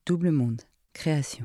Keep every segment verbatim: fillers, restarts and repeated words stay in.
Double Monde, création.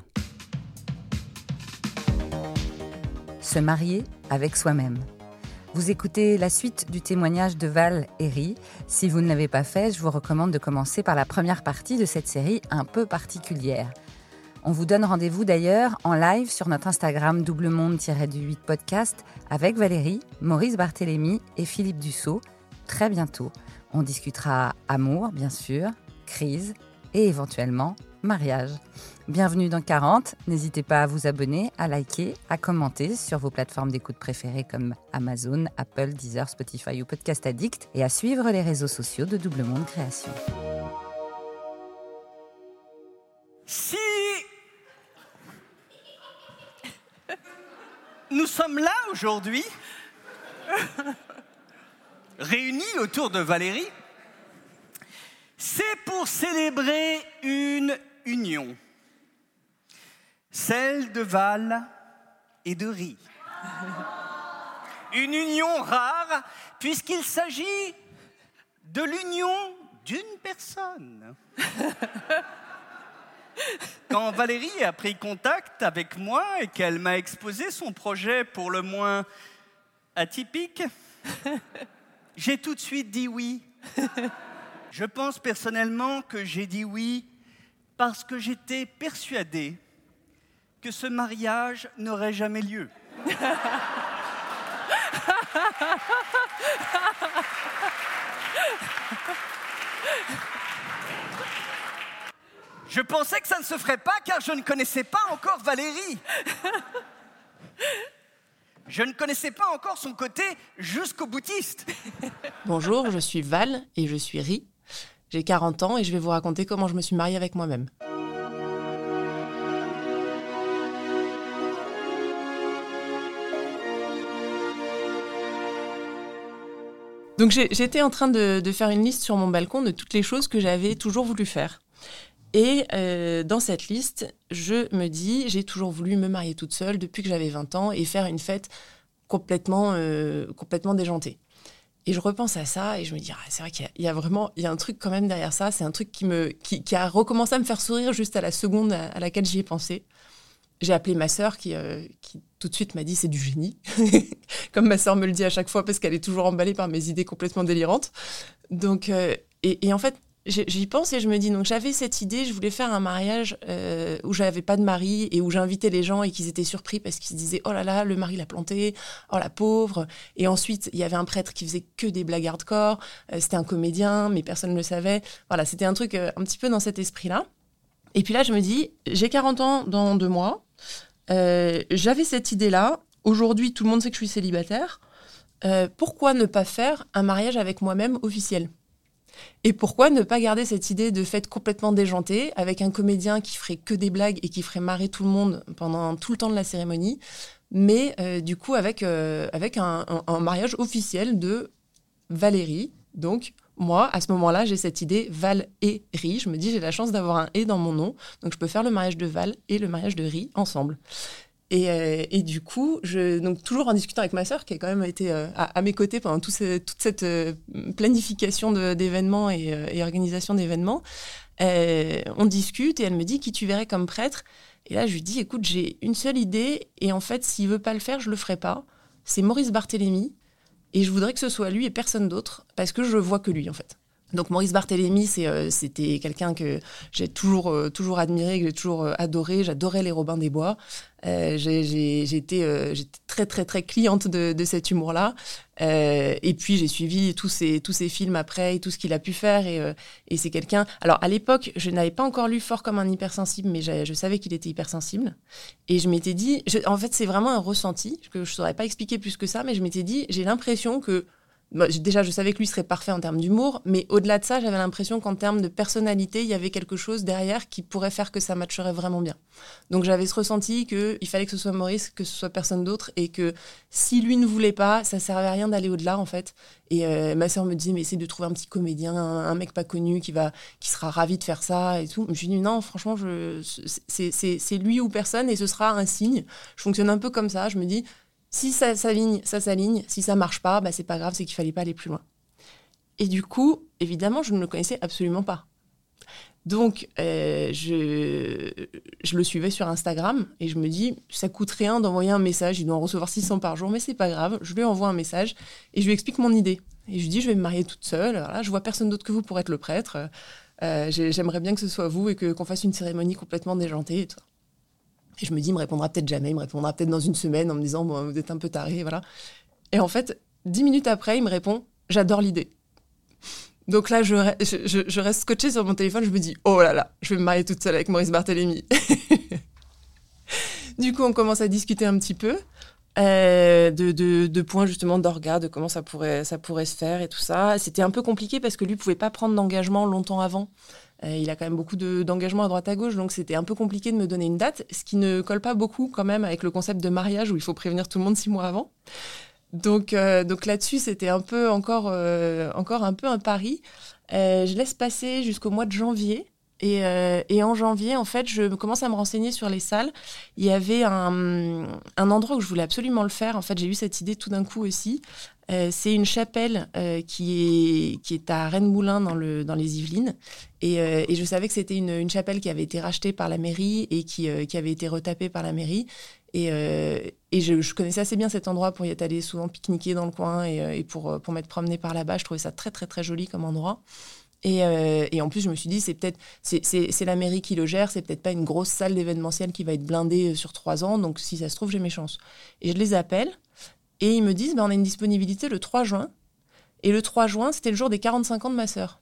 Se marier avec soi-même. Vous écoutez la suite du témoignage de Val et Rie. Si vous ne l'avez pas fait, je vous recommande de commencer par la première partie de cette série un peu particulière. On vous donne rendez-vous d'ailleurs en live sur notre Instagram double monde huit podcast avec Valérie, Maurice Barthélémy et Philippe Dussault. Très bientôt, on discutera amour, bien sûr, crise et éventuellement mariage. Bienvenue dans quarante, n'hésitez pas à vous abonner, à liker, à commenter sur vos plateformes d'écoute préférées comme Amazon, Apple, Deezer, Spotify ou Podcast Addict et à suivre les réseaux sociaux de Double Monde Création. Si nous sommes là aujourd'hui, réunis autour de Valérie, c'est pour célébrer une union, celle de Val et de Rie. Une union rare, puisqu'il s'agit de l'union d'une personne. Quand Valérie a pris contact avec moi et qu'elle m'a exposé son projet pour le moins atypique, j'ai tout de suite dit oui. Je pense personnellement que j'ai dit oui parce que j'étais persuadé que ce mariage n'aurait jamais lieu. Je pensais que ça ne se ferait pas car je ne connaissais pas encore Valérie. Je ne connaissais pas encore son côté jusqu'au boutiste. Bonjour, je suis Val et je suis Rie. J'ai quarante ans et je vais vous raconter comment je me suis mariée avec moi-même. Donc j'ai, j'étais en train de, de faire une liste sur mon balcon de toutes les choses que j'avais toujours voulu faire. Et euh, dans cette liste, je me dis, j'ai toujours voulu me marier toute seule depuis que j'avais vingt ans et faire une fête complètement, euh, complètement déjantée. Et je repense à ça et je me dis, ah, c'est vrai qu'il y a, il y a vraiment il y a un truc quand même derrière ça. C'est un truc qui, me, qui, qui a recommencé à me faire sourire juste à la seconde à, à laquelle j'y ai pensé. J'ai appelé ma sœur qui, euh, qui tout de suite m'a dit, c'est du génie. Comme ma sœur me le dit à chaque fois parce qu'elle est toujours emballée par mes idées complètement délirantes. Donc, euh, et, et en fait, j'y pense et je me dis, donc j'avais cette idée, je voulais faire un mariage euh, où j'avais pas de mari et où j'invitais les gens et qu'ils étaient surpris parce qu'ils se disaient, oh là là, le mari l'a planté, oh la pauvre. Et ensuite, il y avait un prêtre qui faisait que des blagues hardcore, euh, c'était un comédien, mais personne ne le savait. Voilà, c'était un truc euh, un petit peu dans cet esprit-là. Et puis là, je me dis, j'ai quarante ans dans deux mois, euh, j'avais cette idée-là, aujourd'hui, tout le monde sait que je suis célibataire, euh, pourquoi ne pas faire un mariage avec moi-même officiel ? Et pourquoi ne pas garder cette idée de fête complètement déjantée avec un comédien qui ferait que des blagues et qui ferait marrer tout le monde pendant tout le temps de la cérémonie, mais euh, du coup avec, euh, avec un, un, un mariage officiel de Valérie. Donc moi, à ce moment-là, j'ai cette idée Val et Rie. Je me dis, j'ai la chance d'avoir un « et » dans mon nom, donc je peux faire le mariage de Val et le mariage de Rie ensemble. Et, euh, et du coup, je, donc toujours en discutant avec ma sœur, qui a quand même été euh, à, à mes côtés pendant tout ce, toute cette euh, planification de, d'événements et, euh, et organisation d'événements, euh, on discute et elle me dit qui tu verrais comme prêtre. Et là, je lui dis, écoute, j'ai une seule idée et en fait, s'il veut pas le faire, je le ferai pas. C'est Maurice Barthélémy et je voudrais que ce soit lui et personne d'autre parce que je vois que lui en fait. Donc Maurice Barthélémy, c'est, euh, c'était quelqu'un que j'ai toujours, euh, toujours admiré, que j'ai toujours euh, adoré. J'adorais les Robins des Bois. Euh, j'ai, j'ai, j'étais, euh, j'étais très, très, très cliente de, de cet humour-là. Euh, et puis, j'ai suivi tous ces, tous ces films après et tout ce qu'il a pu faire. Et, euh, et c'est quelqu'un... Alors, à l'époque, je n'avais pas encore lu Fort comme un hypersensible, mais je, je savais qu'il était hypersensible. Et je m'étais dit... Je, en fait, c'est vraiment un ressenti que je ne saurais pas expliquer plus que ça, mais je m'étais dit, j'ai l'impression que... Déjà, je savais que lui serait parfait en termes d'humour, mais au-delà de ça, j'avais l'impression qu'en termes de personnalité, il y avait quelque chose derrière qui pourrait faire que ça matcherait vraiment bien. Donc j'avais ce ressenti qu'il fallait que ce soit Maurice, que ce soit personne d'autre, et que si lui ne voulait pas, ça servait à rien d'aller au-delà, en fait. Et euh, ma sœur me disait, mais essaie de trouver un petit comédien, un, un mec pas connu qui, va, qui sera ravi de faire ça, et tout. Je lui ai dit, non, franchement, je, c'est, c'est, c'est lui ou personne, et ce sera un signe. Je fonctionne un peu comme ça, je me dis... Si ça s'aligne, ça s'aligne. Si ça marche pas, bah c'est pas grave, c'est qu'il fallait pas aller plus loin. Et du coup, évidemment, je ne le connaissais absolument pas. Donc, euh, je, je le suivais sur Instagram et je me dis, ça coûte rien d'envoyer un message. Il doit en recevoir six cents par jour, mais c'est pas grave. Je lui envoie un message et je lui explique mon idée. Et je lui dis, je vais me marier toute seule. Voilà, je vois personne d'autre que vous pour être le prêtre. Euh, j'aimerais bien que ce soit vous et que, qu'on fasse une cérémonie complètement déjantée et tout. Et je me dis, il me répondra peut-être jamais. Il me répondra peut-être dans une semaine en me disant, bon, vous êtes un peu taré, voilà. Et en fait, dix minutes après, il me répond, j'adore l'idée. Donc là, je, je, je reste scotchée sur mon téléphone, je me dis, oh là là, je vais me marier toute seule avec Maurice Barthélémy. Du coup, on commence à discuter un petit peu euh, de, de, de points justement d'orga, de comment ça pourrait, ça pourrait se faire et tout ça. C'était un peu compliqué parce que lui ne pouvait pas prendre d'engagement longtemps avant. Euh, il a quand même beaucoup de, d'engagement à droite à gauche, donc c'était un peu compliqué de me donner une date, ce qui ne colle pas beaucoup quand même avec le concept de mariage où il faut prévenir tout le monde six mois avant. Donc, euh, donc là-dessus, c'était un peu encore, euh, encore un peu un pari. Euh, je laisse passer jusqu'au mois de janvier. Et, euh, et en janvier, en fait, je commence à me renseigner sur les salles. Il y avait un, un endroit où je voulais absolument le faire. En fait, j'ai eu cette idée tout d'un coup aussi. Euh, c'est une chapelle euh, qui, est, qui est à Rennes-Moulin dans, le, dans les Yvelines. Et, euh, et je savais que c'était une, une chapelle qui avait été rachetée par la mairie et qui, euh, qui avait été retapée par la mairie. Et, euh, et je, je connaissais assez bien cet endroit pour y être allée souvent pique-niquer dans le coin et, et pour, pour m'être promenée par là-bas. Je trouvais ça très, très, très joli comme endroit. Et, euh, et en plus, je me suis dit, c'est peut-être c'est, c'est, c'est la mairie qui le gère, c'est peut-être pas une grosse salle d'événementiel qui va être blindée sur trois ans. Donc, si ça se trouve, j'ai mes chances. Et je les appelle et ils me disent, bah, on a une disponibilité le trois juin. Et le trois juin, c'était le jour des quarante-cinq ans de ma sœur.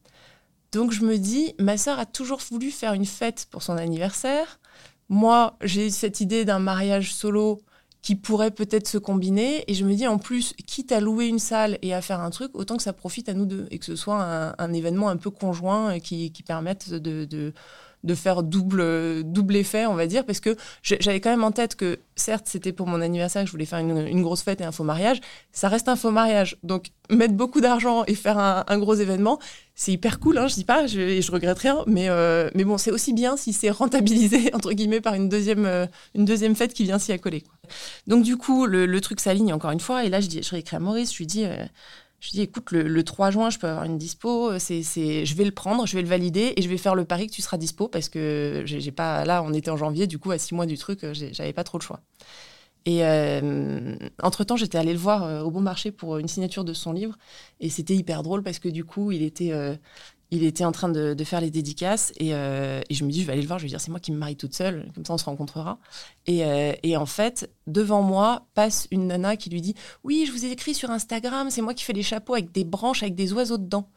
Donc, je me dis, ma sœur a toujours voulu faire une fête pour son anniversaire. Moi, j'ai cette idée d'un mariage solo qui pourrait peut-être se combiner. Et je me dis, en plus, quitte à louer une salle et à faire un truc, autant que ça profite à nous deux et que ce soit un, un événement un peu conjoint qui, qui permette de, de, de faire double, double effet, on va dire. Parce que j'avais quand même en tête que, certes, c'était pour mon anniversaire que je voulais faire une, une grosse fête et un faux mariage. Ça reste un faux mariage. Donc, mettre beaucoup d'argent et faire un, un gros événement, c'est hyper cool, hein, je dis pas, je, je regrette rien, mais, euh, mais bon, c'est aussi bien si c'est rentabilisé, entre guillemets, par une deuxième, euh, une deuxième fête qui vient s'y accoler, quoi. Donc du coup, le, le truc s'aligne encore une fois, et là, je, dis, je réécris à Maurice, je lui dis, euh, je lui dis écoute, le, le trois juin, je peux avoir une dispo, c'est, c'est, je vais le prendre, je vais le valider, et je vais faire le pari que tu seras dispo, parce que j'ai, j'ai pas, là, on était en janvier, du coup, à six mois du truc, j'ai, j'avais pas trop le choix. Et euh, entre-temps, j'étais allée le voir euh, au Bon Marché pour une signature de son livre. Et c'était hyper drôle parce que du coup, il était, euh, il était en train de, de faire les dédicaces. Et, euh, et je me dis, je vais aller le voir, je vais lui dire, c'est moi qui me marie toute seule. Comme ça, on se rencontrera. Et, euh, et en fait, devant moi, passe une nana qui lui dit, oui, je vous ai écrit sur Instagram, c'est moi qui fais les chapeaux avec des branches, avec des oiseaux dedans.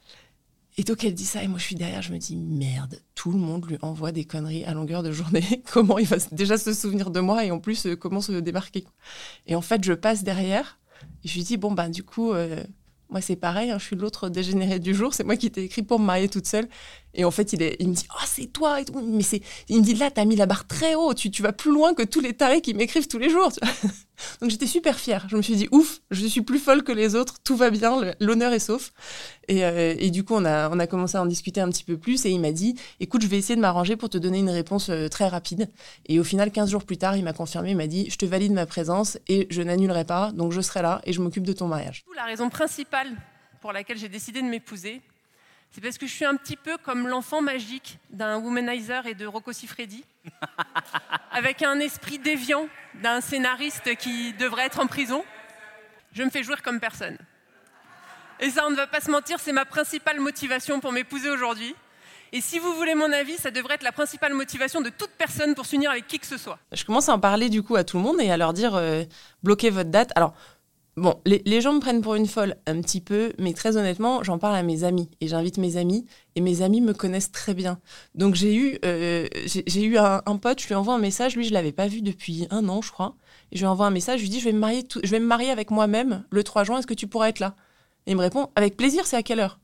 Et donc, elle dit ça, et moi, je suis derrière, je me dis, merde, tout le monde lui envoie des conneries à longueur de journée. Comment il va déjà se souvenir de moi, et en plus, euh, comment se démarquer. Et en fait, je passe derrière, et je lui dis, bon, ben, du coup, euh, moi, c'est pareil, hein, je suis l'autre dégénérée du jour, c'est moi qui t'ai écrit pour me marier toute seule. Et en fait, il, est, il me dit, oh, c'est toi, et tout. Mais c'est, il me dit, là, t'as mis la barre très haut, tu, tu vas plus loin que tous les tarés qui m'écrivent tous les jours. Tu vois. Donc, j'étais super fière. Je me suis dit, ouf, je suis plus folle que les autres, tout va bien, l'honneur est sauf. Et, euh, et du coup, on a, on a commencé à en discuter un petit peu plus, et il m'a dit, écoute, je vais essayer de m'arranger pour te donner une réponse euh, très rapide. Et au final, quinze jours plus tard, il m'a confirmé, il m'a dit, je te valide ma présence et je n'annulerai pas, donc je serai là et je m'occupe de ton mariage. La raison principale pour laquelle j'ai décidé de m'épouser, c'est parce que je suis un petit peu comme l'enfant magique d'un Womanizer et de Rocco Siffredi, avec un esprit déviant d'un scénariste qui devrait être en prison. Je me fais jouir comme personne. Et ça, on ne va pas se mentir, c'est ma principale motivation pour m'épouser aujourd'hui. Et si vous voulez mon avis, ça devrait être la principale motivation de toute personne pour s'unir avec qui que ce soit. Je commence à en parler du coup à tout le monde et à leur dire euh, bloquez votre date. Alors, bon, les, les gens me prennent pour une folle un petit peu, mais très honnêtement, j'en parle à mes amis et j'invite mes amis et mes amis me connaissent très bien. Donc j'ai eu, euh, j'ai, j'ai eu un, un pote, je lui envoie un message, lui je l'avais pas vu depuis un an, je crois, et je lui envoie un message, je lui dis je vais me marier, tout, je vais me marier avec moi-même le trois juin, est-ce que tu pourras être là ? Et il me répond avec plaisir, c'est à quelle heure ?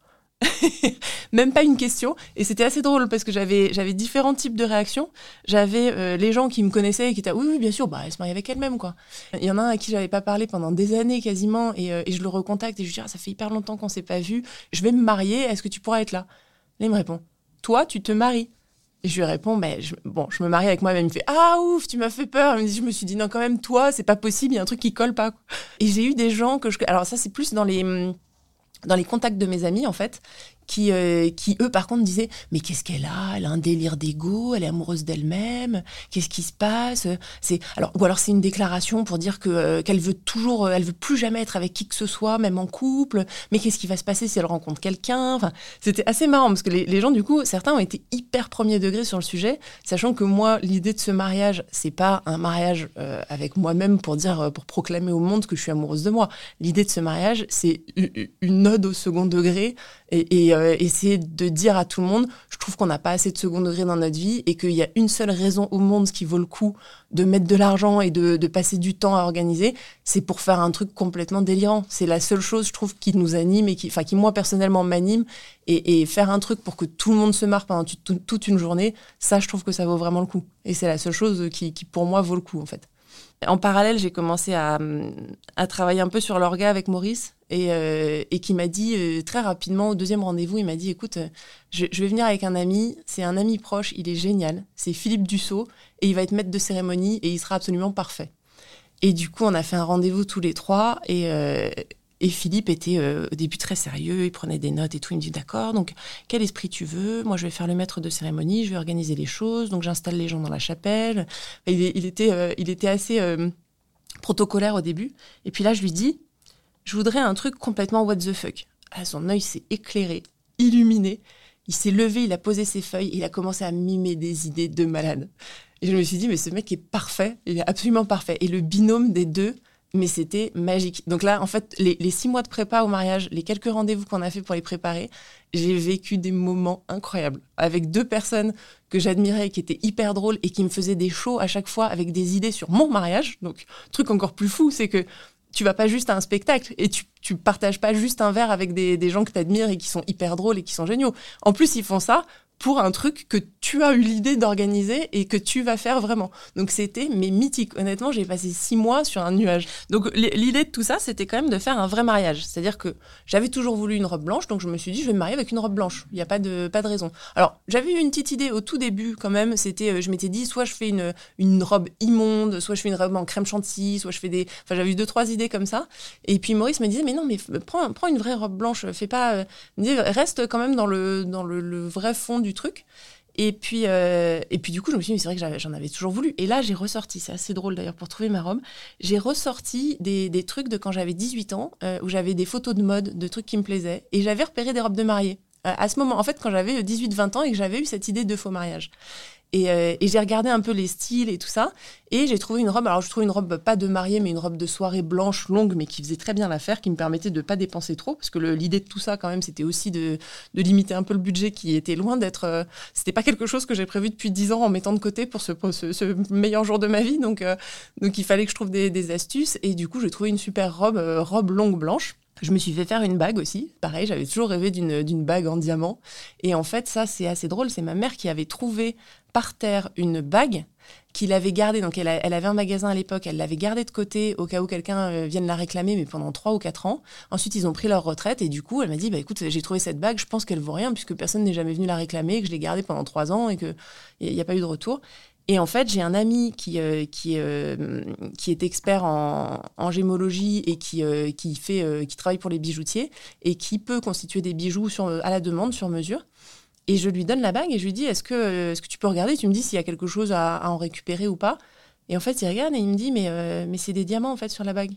Même pas une question, et c'était assez drôle parce que j'avais j'avais différents types de réactions. J'avais euh, les gens qui me connaissaient et qui étaient oui oui bien sûr, bah elle se marie avec elle-même quoi. Il y en a un à qui j'avais pas parlé pendant des années quasiment et, euh, et je le recontacte et je lui dis ah, ça fait hyper longtemps qu'on s'est pas vu, je vais me marier, est-ce que tu pourras être là ? Là il me répond toi tu te maries. Et je lui réponds bah, je, bon je me marie avec moi-même. Il me fait ah ouf tu m'as fait peur. Il me dit, je me suis dit non quand même toi c'est pas possible, il y a un truc qui colle pas quoi. Et j'ai eu des gens que je alors ça c'est plus dans les dans les contacts de mes amis, en fait, qui, euh, qui eux, par contre, disaient « Mais qu'est-ce qu'elle a ? Elle a un délire d'ego, elle est amoureuse d'elle-même, qu'est-ce qui se passe ?» c'est... alors, Ou alors c'est une déclaration pour dire que, euh, qu'elle veut toujours, euh, elle veut plus jamais être avec qui que ce soit, même en couple, mais qu'est-ce qui va se passer si elle rencontre quelqu'un ? Enfin, c'était assez marrant, parce que les, les gens, du coup, certains ont été hyper premier degré sur le sujet, sachant que moi, l'idée de ce mariage, c'est pas un mariage euh, avec moi-même pour dire, pour proclamer au monde que je suis amoureuse de moi. L'idée de ce mariage, c'est une ode au second degré et, et euh, essayer de dire à tout le monde, je trouve qu'on n'a pas assez de second degré dans notre vie et qu'il y a une seule raison au monde qui vaut le coup de mettre de l'argent et de, de passer du temps à organiser, c'est pour faire un truc complètement délirant. C'est la seule chose, je trouve, qui nous anime et qui, enfin, qui moi, personnellement, m'anime. Et, et faire un truc pour que tout le monde se marre pendant tout, toute une journée, ça, je trouve que ça vaut vraiment le coup. Et c'est la seule chose qui, qui pour moi, vaut le coup, en fait. En parallèle, j'ai commencé à, à travailler un peu sur l'orga avec Maurice et, euh, et qui m'a dit euh, très rapidement, au deuxième rendez-vous, il m'a dit « Écoute, euh, je, je vais venir avec un ami, c'est un ami proche, il est génial, c'est Philippe Dussault et il va être maître de cérémonie et il sera absolument parfait. » Et du coup, on a fait un rendez-vous tous les trois et... Euh, Et Philippe était euh, au début très sérieux, il prenait des notes et tout. Il me dit « D'accord, donc quel esprit tu veux ? Moi, je vais faire le maître de cérémonie, je vais organiser les choses, donc j'installe les gens dans la chapelle. » il, il, était, euh, il était assez euh, protocolaire au début. Et puis là, je lui dis « Je voudrais un truc complètement what the fuck. » Ah, son œil s'est éclairé, illuminé. Il s'est levé, il a posé ses feuilles, il a commencé à mimer des idées de malade. Et je me suis dit « Mais ce mec est parfait, il est absolument parfait. » Et le binôme des deux, mais c'était magique. Donc là, en fait, les, les six mois de prépa au mariage, les quelques rendez-vous qu'on a fait pour les préparer, j'ai vécu des moments incroyables avec deux personnes que j'admirais, qui étaient hyper drôles et qui me faisaient des shows à chaque fois avec des idées sur mon mariage. Donc, truc encore plus fou, c'est que tu vas pas juste à un spectacle et tu, tu partages pas juste un verre avec des, des gens que t'admires et qui sont hyper drôles et qui sont géniaux. En plus, ils font ça pour un truc que tu as eu l'idée d'organiser et que tu vas faire vraiment. Donc c'était mais mythique. Honnêtement, j'ai passé six mois sur un nuage. Donc l'idée de tout ça, c'était quand même de faire un vrai mariage. C'est-à-dire que j'avais toujours voulu une robe blanche, donc je me suis dit, je vais me marier avec une robe blanche. Il n'y a pas de, pas de raison. Alors, j'avais eu une petite idée au tout début quand même. C'était, je m'étais dit, soit je fais une, une robe immonde, soit je fais une robe en crème chantilly, soit je fais des... Enfin, j'avais eu deux, trois idées comme ça. Et puis Maurice me disait, mais non, mais prends, prends une vraie robe blanche. Fais pas... Il me disait, reste quand même dans le, dans le, le vrai fond du truc. Et puis, euh, et puis du coup, je me suis dit, mais c'est vrai que j'avais, j'en avais toujours voulu. Et là, j'ai ressorti, c'est assez drôle d'ailleurs pour trouver ma robe, j'ai ressorti des, des trucs de quand j'avais dix-huit ans, euh, où j'avais des photos de mode, de trucs qui me plaisaient, et j'avais repéré des robes de mariée. Euh, à ce moment, en fait, quand j'avais dix-huit vingt ans et que j'avais eu cette idée de faux mariage. Et, euh, et j'ai regardé un peu les styles et tout ça, et j'ai trouvé une robe, alors je trouve une robe pas de mariée, mais une robe de soirée blanche, longue, mais qui faisait très bien l'affaire, qui me permettait de pas dépenser trop, parce que le, l'idée de tout ça, quand même, c'était aussi de, de limiter un peu le budget, qui était loin d'être... Euh, c'était pas quelque chose que j'ai prévu depuis dix ans en mettant de côté pour ce, pour ce, ce meilleur jour de ma vie, donc, euh, donc il fallait que je trouve des, des astuces, et du coup, j'ai trouvé une super robe, euh, robe longue blanche. Je me suis fait faire une bague aussi. Pareil, j'avais toujours rêvé d'une, d'une bague en diamant. Et en fait, ça, c'est assez drôle. C'est ma mère qui avait trouvé par terre une bague qu'il avait gardée. Donc, elle, a, elle avait un magasin à l'époque. Elle l'avait gardée de côté au cas où quelqu'un euh, vienne la réclamer, mais pendant trois ou quatre ans. Ensuite, ils ont pris leur retraite. Et du coup, elle m'a dit, bah, écoute, j'ai trouvé cette bague. Je pense qu'elle vaut rien puisque personne n'est jamais venu la réclamer, que je l'ai gardée pendant trois ans et qu'il n'y a pas eu de retour. Et en fait, j'ai un ami qui, euh, qui, euh, qui est expert en, en gémologie et qui, euh, qui, fait, euh, qui travaille pour les bijoutiers et qui peut constituer des bijoux sur, à la demande, sur mesure. Et je lui donne la bague et je lui dis, est-ce que, est-ce que tu peux regarder ? Tu me dis s'il y a quelque chose à, à en récupérer ou pas. Et en fait, il regarde et il me dit, mais, euh, mais c'est des diamants en fait sur la bague.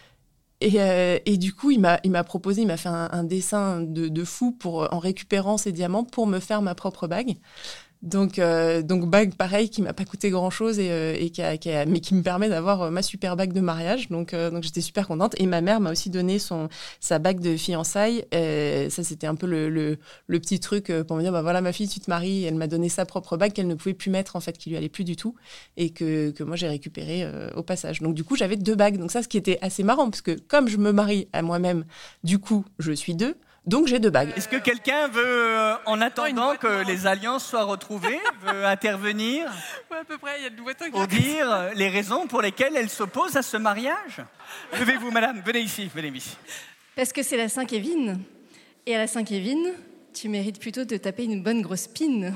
Et, euh, et du coup, il m'a, il m'a proposé, il m'a fait un, un dessin de, de fou pour, en récupérant ces diamants pour me faire ma propre bague. Donc, euh, donc bague pareil qui m'a pas coûté grand chose et, euh, et qui a, qui a, mais qui me permet d'avoir ma super bague de mariage. Donc, euh, donc j'étais super contente. Et ma mère m'a aussi donné son sa bague de fiançailles. Euh, ça c'était un peu le, le le petit truc pour me dire bah voilà ma fille tu te maries. Elle m'a donné sa propre bague qu'elle ne pouvait plus mettre en fait, qui lui allait plus du tout et que que moi j'ai récupéré euh, au passage. Donc du coup j'avais deux bagues. Donc ça ce qui était assez marrant parce que comme je me marie à moi-même, du coup je suis deux. Donc j'ai deux bagues. Est-ce que quelqu'un veut, euh, en attendant que les alliances soient retrouvées, veut intervenir Ouais, à peu près, il y a une boîte pour dire les raisons pour lesquelles elle s'oppose à ce mariage ? Levez-vous, madame, venez ici, venez ici. Parce que c'est la Saint-Kévin. Et à la Saint-Kévin, tu mérites plutôt de taper une bonne grosse pine.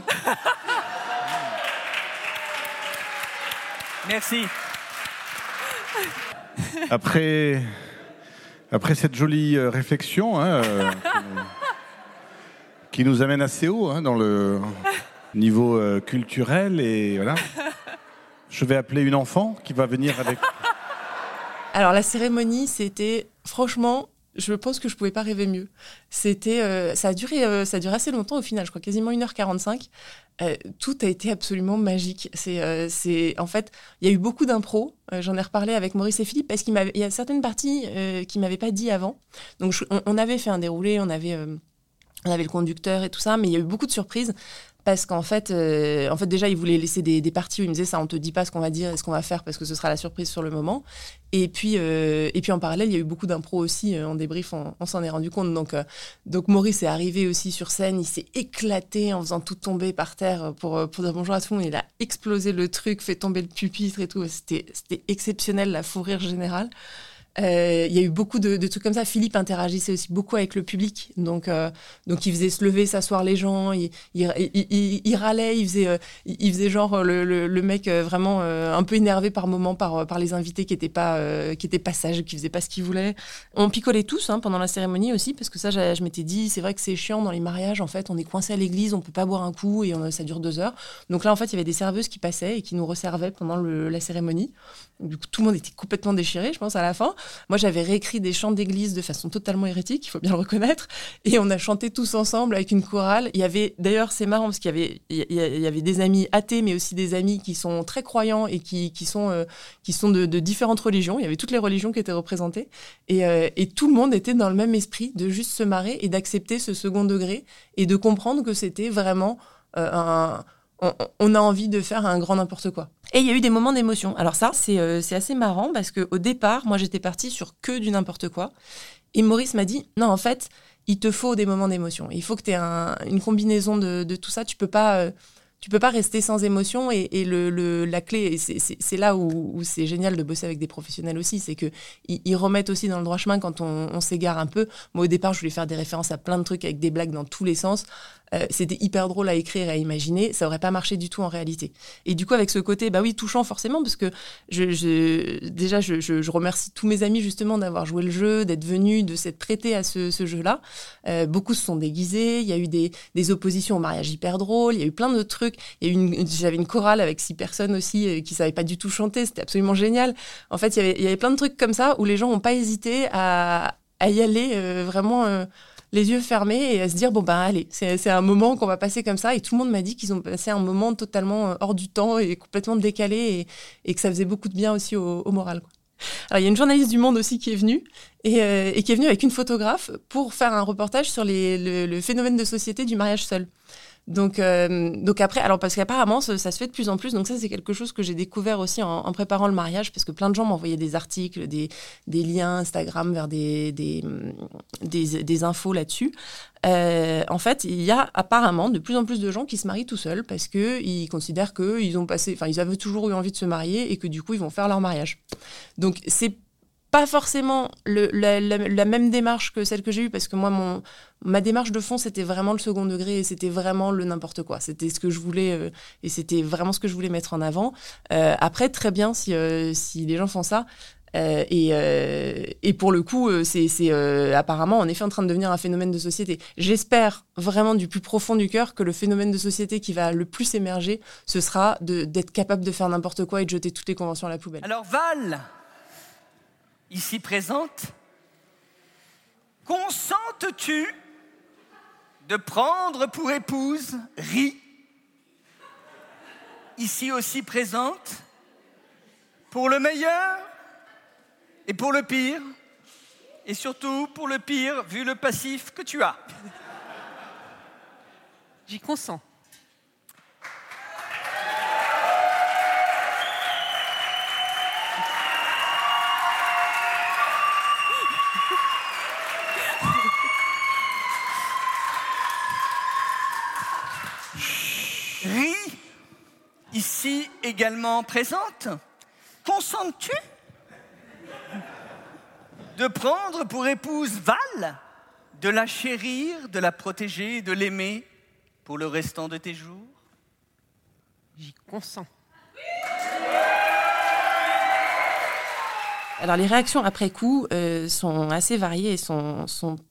Merci. Après... Après cette jolie euh, réflexion, hein, euh, qui nous amène assez haut hein, dans le niveau euh, culturel. Et voilà. Je vais appeler une enfant qui va venir avec... Alors, la cérémonie, c'était... Franchement, je pense que je ne pouvais pas rêver mieux. C'était, euh, ça, a duré, euh, ça a duré assez longtemps au final, je crois quasiment une heure quarante-cinq. Euh, tout a été absolument magique. C'est, euh, c'est, en fait, il y a eu beaucoup d'impro. Euh, j'en ai reparlé avec Maurice et Philippe parce qu'il y a certaines parties euh, qu'ils ne m'avaient pas dit avant. Donc, je, on, on avait fait un déroulé, on avait, euh, on avait le conducteur et tout ça, mais il y a eu beaucoup de surprises. Parce qu'en fait, euh, en fait, déjà, ils voulaient laisser des, des parties où ils me disaient ça, on te dit pas ce qu'on va dire et ce qu'on va faire parce que ce sera la surprise sur le moment. Et puis, euh, et puis en parallèle, il y a eu beaucoup d'impro aussi euh, en débrief, on, on s'en est rendu compte. Donc, euh, donc Maurice est arrivé aussi sur scène, il s'est éclaté en faisant tout tomber par terre pour, pour dire bonjour à tout le monde. Il a explosé le truc, fait tomber le pupitre et tout. C'était, c'était exceptionnel, la fou rire générale. Il euh, y a eu beaucoup de, de trucs comme ça. Philippe interagissait aussi beaucoup avec le public, donc euh, donc il faisait se lever, s'asseoir les gens, il il, il, il, il râlait, il faisait euh, il faisait genre le, le, le mec euh, vraiment euh, un peu énervé par moment par par les invités qui étaient pas euh, qui étaient pas sages, qui faisaient pas ce qu'ils voulaient. On picolait tous hein, pendant la cérémonie aussi parce que ça je, je m'étais dit c'est vrai que c'est chiant dans les mariages en fait on est coincé à l'église, on peut pas boire un coup et on, ça dure deux heures. Donc là en fait il y avait des serveuses qui passaient et qui nous resservaient pendant le, la cérémonie. Du coup tout le monde était complètement déchiré je pense à la fin. Moi, j'avais réécrit des chants d'église de façon totalement hérétique, il faut bien le reconnaître, et on a chanté tous ensemble avec une chorale. Il y avait, d'ailleurs, c'est marrant parce qu'il y avait, il y avait des amis athées, mais aussi des amis qui sont très croyants et qui, qui sont, euh, qui sont de, de différentes religions. Il y avait toutes les religions qui étaient représentées, et, euh, et tout le monde était dans le même esprit de juste se marrer et d'accepter ce second degré et de comprendre que c'était vraiment euh, un On, on a envie de faire un grand n'importe quoi. Et il y a eu des moments d'émotion. Alors ça, c'est, euh, c'est assez marrant parce qu'au départ, moi, j'étais partie sur que du n'importe quoi. Et Maurice m'a dit, non, en fait, il te faut des moments d'émotion. Il faut que tu aies un, une combinaison de, de tout ça. Tu peux pas... Euh, Tu peux pas rester sans émotion et, et le, le, la clé, et c'est, c'est, c'est là où, où c'est génial de bosser avec des professionnels aussi, c'est qu'ils ils remettent aussi dans le droit chemin quand on, on s'égare un peu. Moi, au départ, je voulais faire des références à plein de trucs avec des blagues dans tous les sens. Euh, c'était hyper drôle à écrire et à imaginer. Ça aurait pas marché du tout en réalité. Et du coup, avec ce côté, bah oui, touchant forcément, parce que je, je, déjà, je, je, je remercie tous mes amis justement d'avoir joué le jeu, d'être venus, de s'être prêtés à ce, ce jeu-là. Euh, beaucoup se sont déguisés. Il y a eu des, des oppositions au mariage hyper drôles. Il y a eu plein de trucs. Il y a eu une, j'avais une chorale avec six personnes aussi euh, qui savaient pas du tout chanter. C'était absolument génial. En fait, il y avait, il y avait plein de trucs comme ça où les gens n'ont pas hésité à, à y aller euh, vraiment euh, les yeux fermés et à se dire bon ben allez, c'est, c'est un moment qu'on va passer comme ça. Et tout le monde m'a dit qu'ils ont passé un moment totalement euh, hors du temps et complètement décalé et, et que ça faisait beaucoup de bien aussi au, au moral, quoi. Alors, il y a une journaliste du Monde aussi qui est venue et, euh, et qui est venue avec une photographe pour faire un reportage sur les, le, le phénomène de société du mariage seul. Donc, euh, donc après, alors parce qu'apparemment ça, ça se fait de plus en plus, donc ça c'est quelque chose que j'ai découvert aussi en, en préparant le mariage, parce que plein de gens m'envoyaient des articles, des, des liens Instagram vers des, des, des, des infos là-dessus. Euh, en fait, il y a apparemment de plus en plus de gens qui se marient tout seuls parce qu'ils considèrent qu'ils ont passé, enfin ils avaient toujours eu envie de se marier et que du coup ils vont faire leur mariage. Donc c'est pas forcément le, la, la, la même démarche que celle que j'ai eue, parce que moi, mon, ma démarche de fond, c'était vraiment le second degré et c'était vraiment le n'importe quoi. C'était ce que je voulais euh, et c'était vraiment ce que je voulais mettre en avant. Euh, après, très bien si, euh, si les gens font ça. Euh, et, euh, et pour le coup, euh, c'est, c'est euh, apparemment en effet en train de devenir un phénomène de société. J'espère vraiment du plus profond du cœur que le phénomène de société qui va le plus émerger, ce sera de, d'être capable de faire n'importe quoi et de jeter toutes les conventions à la poubelle. Alors Val, ici présente, consentes-tu de prendre pour épouse Ri, ici aussi présente, pour le meilleur et pour le pire, et surtout pour le pire, vu le passif que tu as? J'y consens. Ri, ici également présente, consentes-tu de prendre pour épouse Val, de la chérir, de la protéger, de l'aimer pour le restant de tes jours? J'y consens. Alors les réactions après coup euh, sont assez variées et sont, sont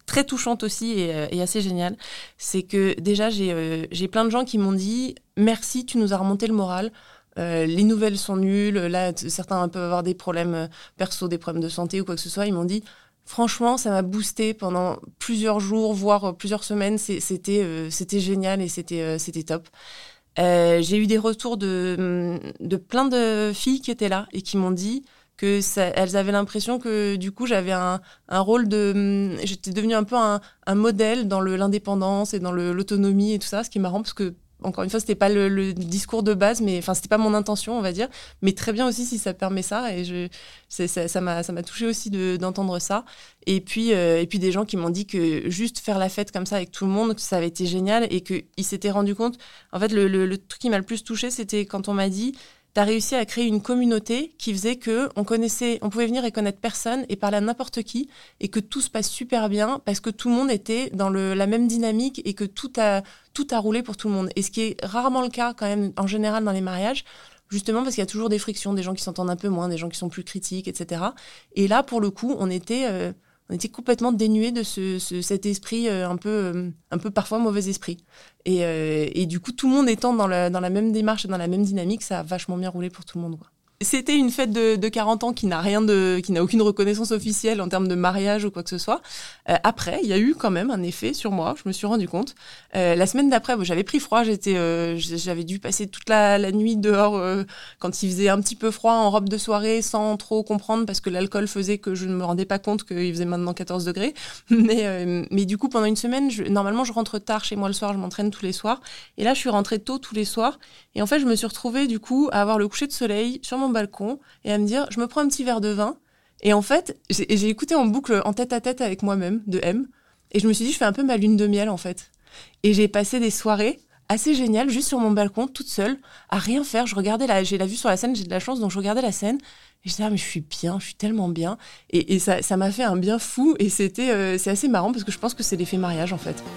très touchante aussi et, euh, et assez géniale, c'est que déjà, j'ai, euh, j'ai plein de gens qui m'ont dit « Merci, tu nous as remonté le moral ». Euh, les nouvelles sont nulles, là t- certains peuvent avoir des problèmes euh, perso, des problèmes de santé ou quoi que ce soit. Ils m'ont dit, franchement, ça m'a boosté pendant plusieurs jours, voire euh, plusieurs semaines. C'est, c'était, euh, c'était génial et c'était, euh, c'était top. Euh, j'ai eu des retours de, de plein de filles qui étaient là et qui m'ont dit que ça, elles avaient l'impression que du coup j'avais un, un rôle de... J'étais devenue un peu un, un modèle dans le, l'indépendance et dans le, l'autonomie et tout ça, ce qui est marrant parce que encore une fois, c'était pas le, le discours de base, mais enfin, c'était pas mon intention, on va dire. Mais très bien aussi si ça permet ça. Et je, c'est, ça, ça m'a, ça m'a touché aussi de, d'entendre ça. Et puis, euh, et puis des gens qui m'ont dit que juste faire la fête comme ça avec tout le monde, que ça avait été génial et qu'ils s'étaient rendus compte. En fait, le, le, le truc qui m'a le plus touché, c'était quand on m'a dit. Tu as réussi à créer une communauté qui faisait que on connaissait, on pouvait venir et connaître personne et parler à n'importe qui et que tout se passe super bien parce que tout le monde était dans le, la même dynamique et que tout a, tout a roulé pour tout le monde. Et ce qui est rarement le cas quand même en général dans les mariages, justement parce qu'il y a toujours des frictions, des gens qui s'entendent un peu moins, des gens qui sont plus critiques, et cetera. Et là, pour le coup, on était... Euh, On était complètement dénués de ce, ce, cet esprit euh, un peu, euh, un peu parfois mauvais esprit. Et, euh, et du coup, tout le monde étant dans la, dans la même démarche et dans la même dynamique, ça a vachement bien roulé pour tout le monde, quoi. C'était une fête de, de quarante ans qui n'a rien de, qui n'a aucune reconnaissance officielle en termes de mariage ou quoi que ce soit. Euh, après, il y a eu quand même un effet sur moi. Je me suis rendu compte. Euh, la semaine d'après, bon, j'avais pris froid. J'étais, euh, j'avais dû passer toute la, la nuit dehors euh, quand il faisait un petit peu froid en robe de soirée, sans trop comprendre parce que l'alcool faisait que je ne me rendais pas compte qu'il faisait maintenant quatorze degrés. Mais, euh, mais du coup, pendant une semaine, je, normalement, je rentre tard chez moi le soir. Je m'entraîne tous les soirs. Et là, je suis rentrée tôt tous les soirs. Et en fait, je me suis retrouvée du coup à avoir le coucher de soleil sur mon balcon et à me dire je me prends un petit verre de vin et en fait j'ai, j'ai écouté en boucle en tête à tête avec moi-même de M et je me suis dit je fais un peu ma lune de miel en fait et j'ai passé des soirées assez géniales juste sur mon balcon toute seule à rien faire. Je regardais la, j'ai la vue sur la scène, j'ai de la chance donc je regardais la scène et je disais ah mais je suis bien, je suis tellement bien et, et ça, ça m'a fait un bien fou et c'était euh, c'est assez marrant parce que je pense que c'est l'effet mariage en fait.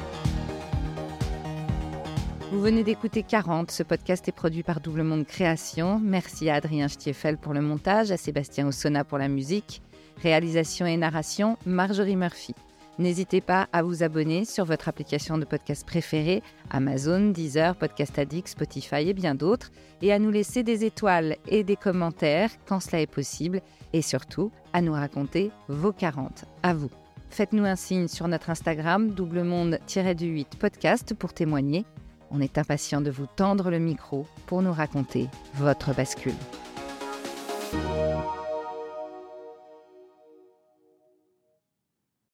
Vous venez d'écouter quarante, ce podcast est produit par Double Monde Création. Merci à Adrien Stiefel pour le montage, à Sébastien Ossona pour la musique. Réalisation et narration, Marjorie Murphy. N'hésitez pas à vous abonner sur votre application de podcast préférée, Amazon, Deezer, Podcast Addict, Spotify et bien d'autres, et à nous laisser des étoiles et des commentaires quand cela est possible, et surtout à nous raconter vos quarante. À vous. Faites-nous un signe sur notre Instagram, double monde du huit podcast pour témoigner. On est impatient de vous tendre le micro pour nous raconter votre bascule.